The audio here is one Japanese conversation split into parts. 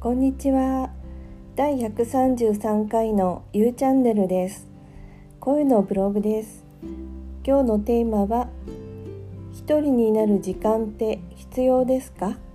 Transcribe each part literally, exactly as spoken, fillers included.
こんにちは。だいひゃくさんじゅうさんかいのゆうチャンネルです。声のブログです。今日のテーマは、一人になる時間って必要ですか？はい。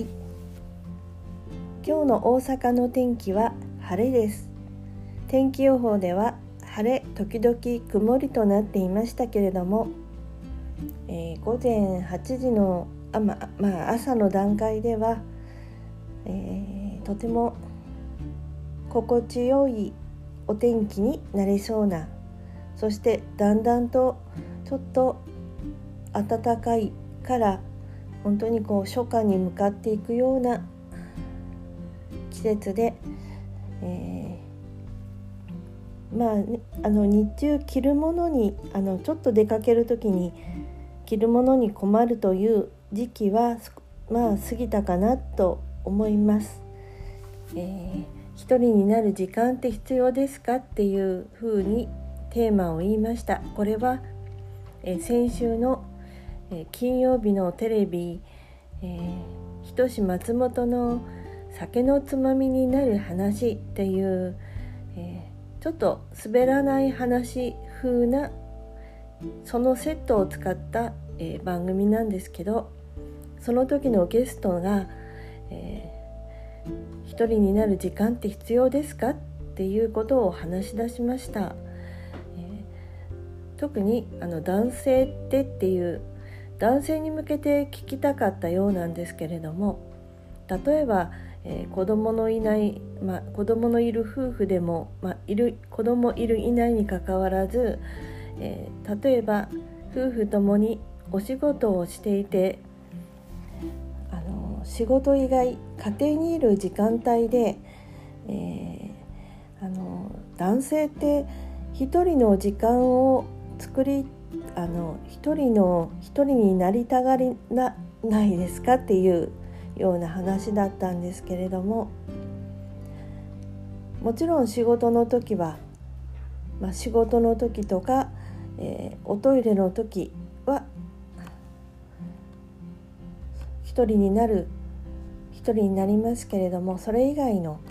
今日の大阪の天気は晴れです。天気予報では晴れ時々曇りとなっていましたけれども、えー、午前はちじのあ、ままあ、朝の段階では、えー、とても心地よいお天気になりそうな、そしてだんだんとちょっと暖かいから本当にこう初夏に向かっていくような季節で、えー、まあ、ね、あの日中着るものにあのちょっと出かけるときに着るものに困るという時期はまあ過ぎたかなと思います。えー、一人になる時間って必要ですかっていうふうにテーマを言いました。これは、えー、先週の、えー、金曜日のテレビ、えー、ひとし松本の酒のつまみになる話っていう、えー、ちょっと滑らない話風なそのセットを使った、えー、番組なんですけど、その時のゲストが、えー、一人になる時間って必要ですかっていうことを話し出しました。えー、特にあの男性ってっていう男性に向けて聞きたかったようなんですけれども、例えば、えー、子供のいない、まあ、子供のいる夫婦でも、まあ、いる子供いるいないにかかわらず、えー、例えば夫婦ともにお仕事をしていて、あの仕事以外家庭にいる時間帯で、えー、あの男性って一人の時間を作りあの一人の一人になりたがりなないですかっていうような話だったんですけれども、もちろん仕事の時は、まあ、仕事の時とか、えー、おトイレの時は一人になる一人になりますけれども、それ以外の、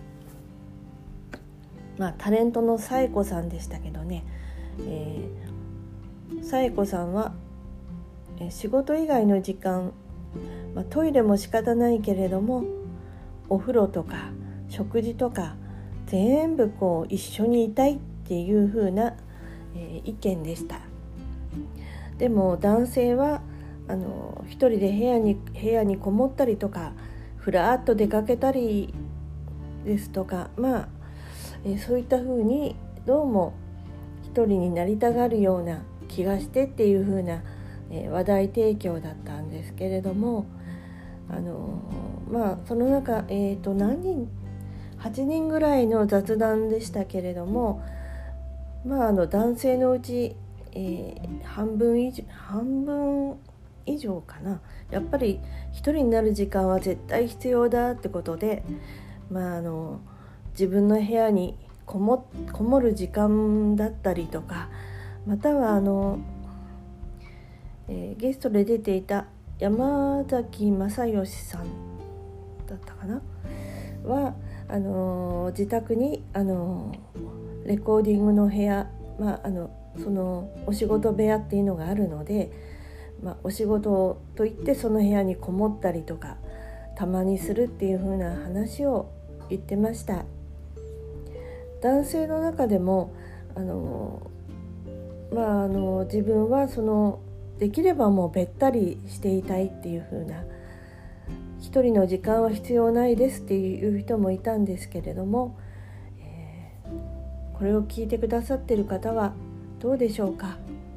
まあ、タレントの紗栄子さんでしたけどね、えー、紗栄子さんは、えー、仕事以外の時間、まあ、トイレも仕方ないけれどもお風呂とか食事とか全部こう一緒にいたいっていう風な、えー、意見でした。でも男性はあの一人で部屋に部屋にこもったりとか、ふらっと出かけたりですとか、まあ、えー、そういった風にどうも一人になりたがるような気がしてっていう風な、えー、話題提供だったんですけれども、あのー、まあその中、えーと何人はちにんぐらいの雑談でしたけれども、まああの男性のうち、えー、半分以上半分以上かな、やっぱり一人になる時間は絶対必要だってことで、まああの自分の部屋にこも、こもる時間だったりとか、またはあの、えー、ゲストで出ていた山崎正義さんだったかなはあの自宅にあのレコーディングの部屋、まあ、あのそのお仕事部屋っていうのがあるので、まあ、お仕事といってその部屋にこもったりとかたまにするっていう風な話を言ってました。男性の中でもあの、まあ、あの自分はそのできればもうべったりしていたいっていう風な、一人の時間は必要ないですっていう人もいたんですけれども、えー、これを聞いてくださっている方はどうでしょうか。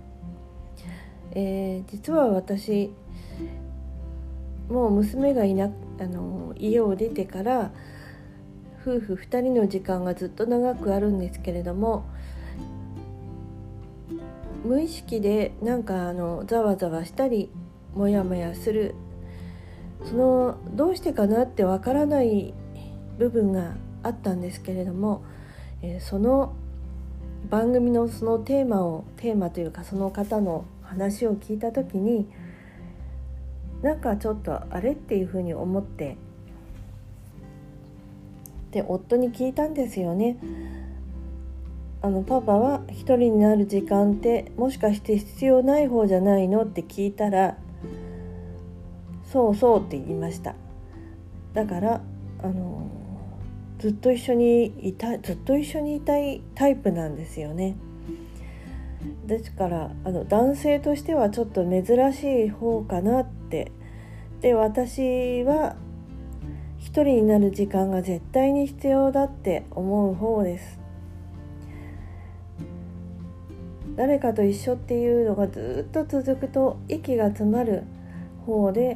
えー、実は私もう娘がいなあの家を出てから夫婦ふたりの時間がずっと長くあるんですけれども、無意識でなんかあのざわざわしたりもやもやする、そのどうしてかなってわからない部分があったんですけれども、えー、その番組のそのテーマをテーマというかその方の話を聞いた時に、なんかちょっとあれっていうふうに思って、 で夫に聞いたんですよね。あのパパは一人になる時間ってもしかして必要ない方じゃないのって聞いたら、そうそうって言いました。だからあのずっと一緒にいたずっと一緒にいたいタイプなんですよね。ですからあの男性としてはちょっと珍しい方かなって。で私は一人になる時間が絶対に必要だって思う方です。誰かと一緒っていうのがずっと続くと息が詰まる方で、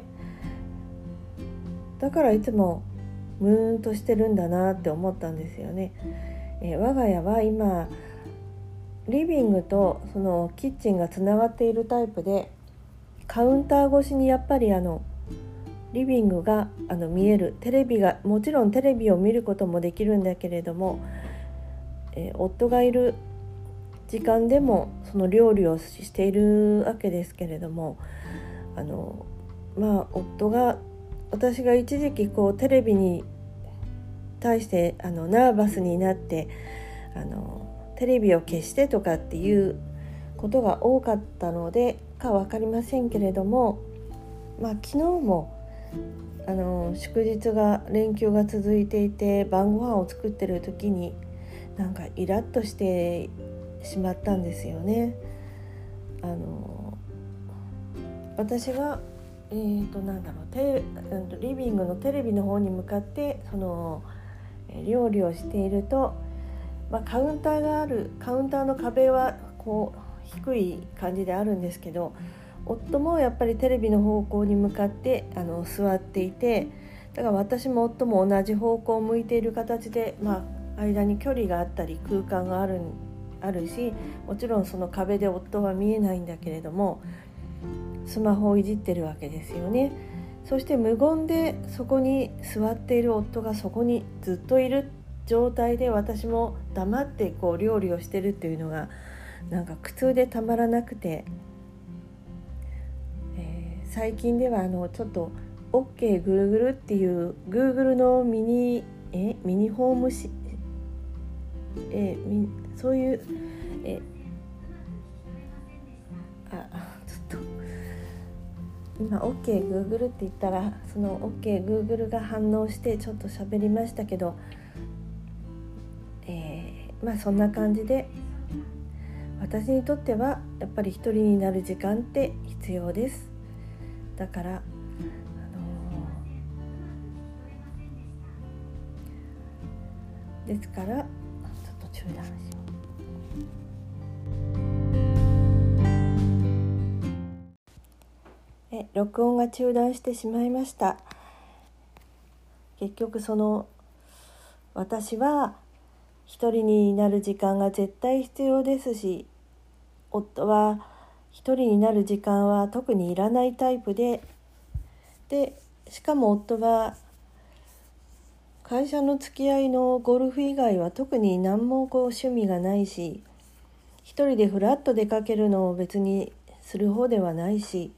だからいつもムーンとしてるんだなって思ったんですよね。えー、我が家は今リビングとそのキッチンがつながっているタイプで、カウンター越しにやっぱりあのリビングがあの見える、テレビがもちろんテレビを見ることもできるんだけれども、えー、夫がいる時間でもその料理をしているわけですけれども、あのまあ夫が私が一時期こうテレビに対してあのナーバスになってあのテレビを消してとかっていうことが多かったのでか分かりませんけれども、まあ昨日もあの祝日が連休が続いていて晩ご飯を作ってる時になんかイラッとしてしまったんですよね。あの私がえーとなんだろうテリビングのテレビの方に向かってその料理をしていると、まあ、カウンターがあるカウンターの壁はこう低い感じであるんですけど、夫もやっぱりテレビの方向に向かってあの座っていて、だから私も夫も同じ方向を向いている形で、まあ、間に距離があったり空間があるあるし、もちろんその壁で夫は見えないんだけれどもスマホをいじってるわけですよね。そして無言でそこに座っている夫がそこにずっといる状態で私も黙ってこう料理をしてるっていうのがなんか苦痛でたまらなくて、えー、最近ではあのちょっと OK Google っていう Google のミニえミニホームしえみそういうえあちょっと今 OK Google って言ったらその OK Google が反応してちょっと喋りましたけど、えー、まあそんな感じで私にとってはやっぱり一人になる時間って必要です。だから、あのー、ですからちょっと中断しよう。え録音が中断してしまいました。結局その私は一人になる時間が絶対必要ですし、夫は一人になる時間は特にいらないタイプで、でしかも夫は会社の付き合いのゴルフ以外は特に何もこう趣味がないし、一人でフラッと出かけるのを別にする方ではないし、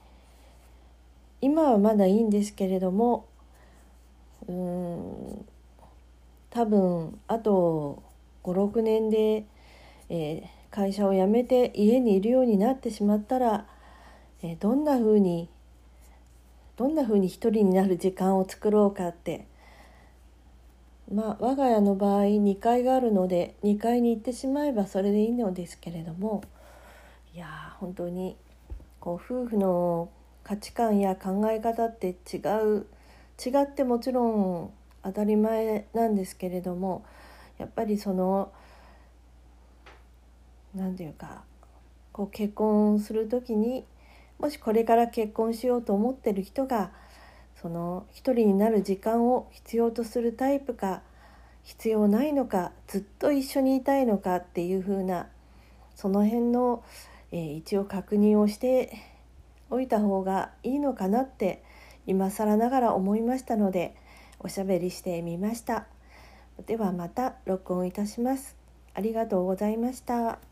今はまだいいんですけれども、うーん多分あとご、ろくねんで、えー、会社を辞めて家にいるようになってしまったら、えー、どんな風にどんな風に一人になる時間を作ろうかって、まあ我が家の場合にかいがあるのでにかいに行ってしまえばそれでいいのですけれども、いや本当にこう夫婦の価値観や考え方って違う違ってもちろん当たり前なんですけれども、やっぱりその何ていうかこう結婚する時にもしこれから結婚しようと思ってる人がその一人になる時間を必要とするタイプか必要ないのか、ずっと一緒にいたいのかっていう風なその辺の、えー、一応確認をしておいた方がいいのかなって今更ながら思いましたのでおしゃべりしてみました。ではまた録音いたします。ありがとうございました。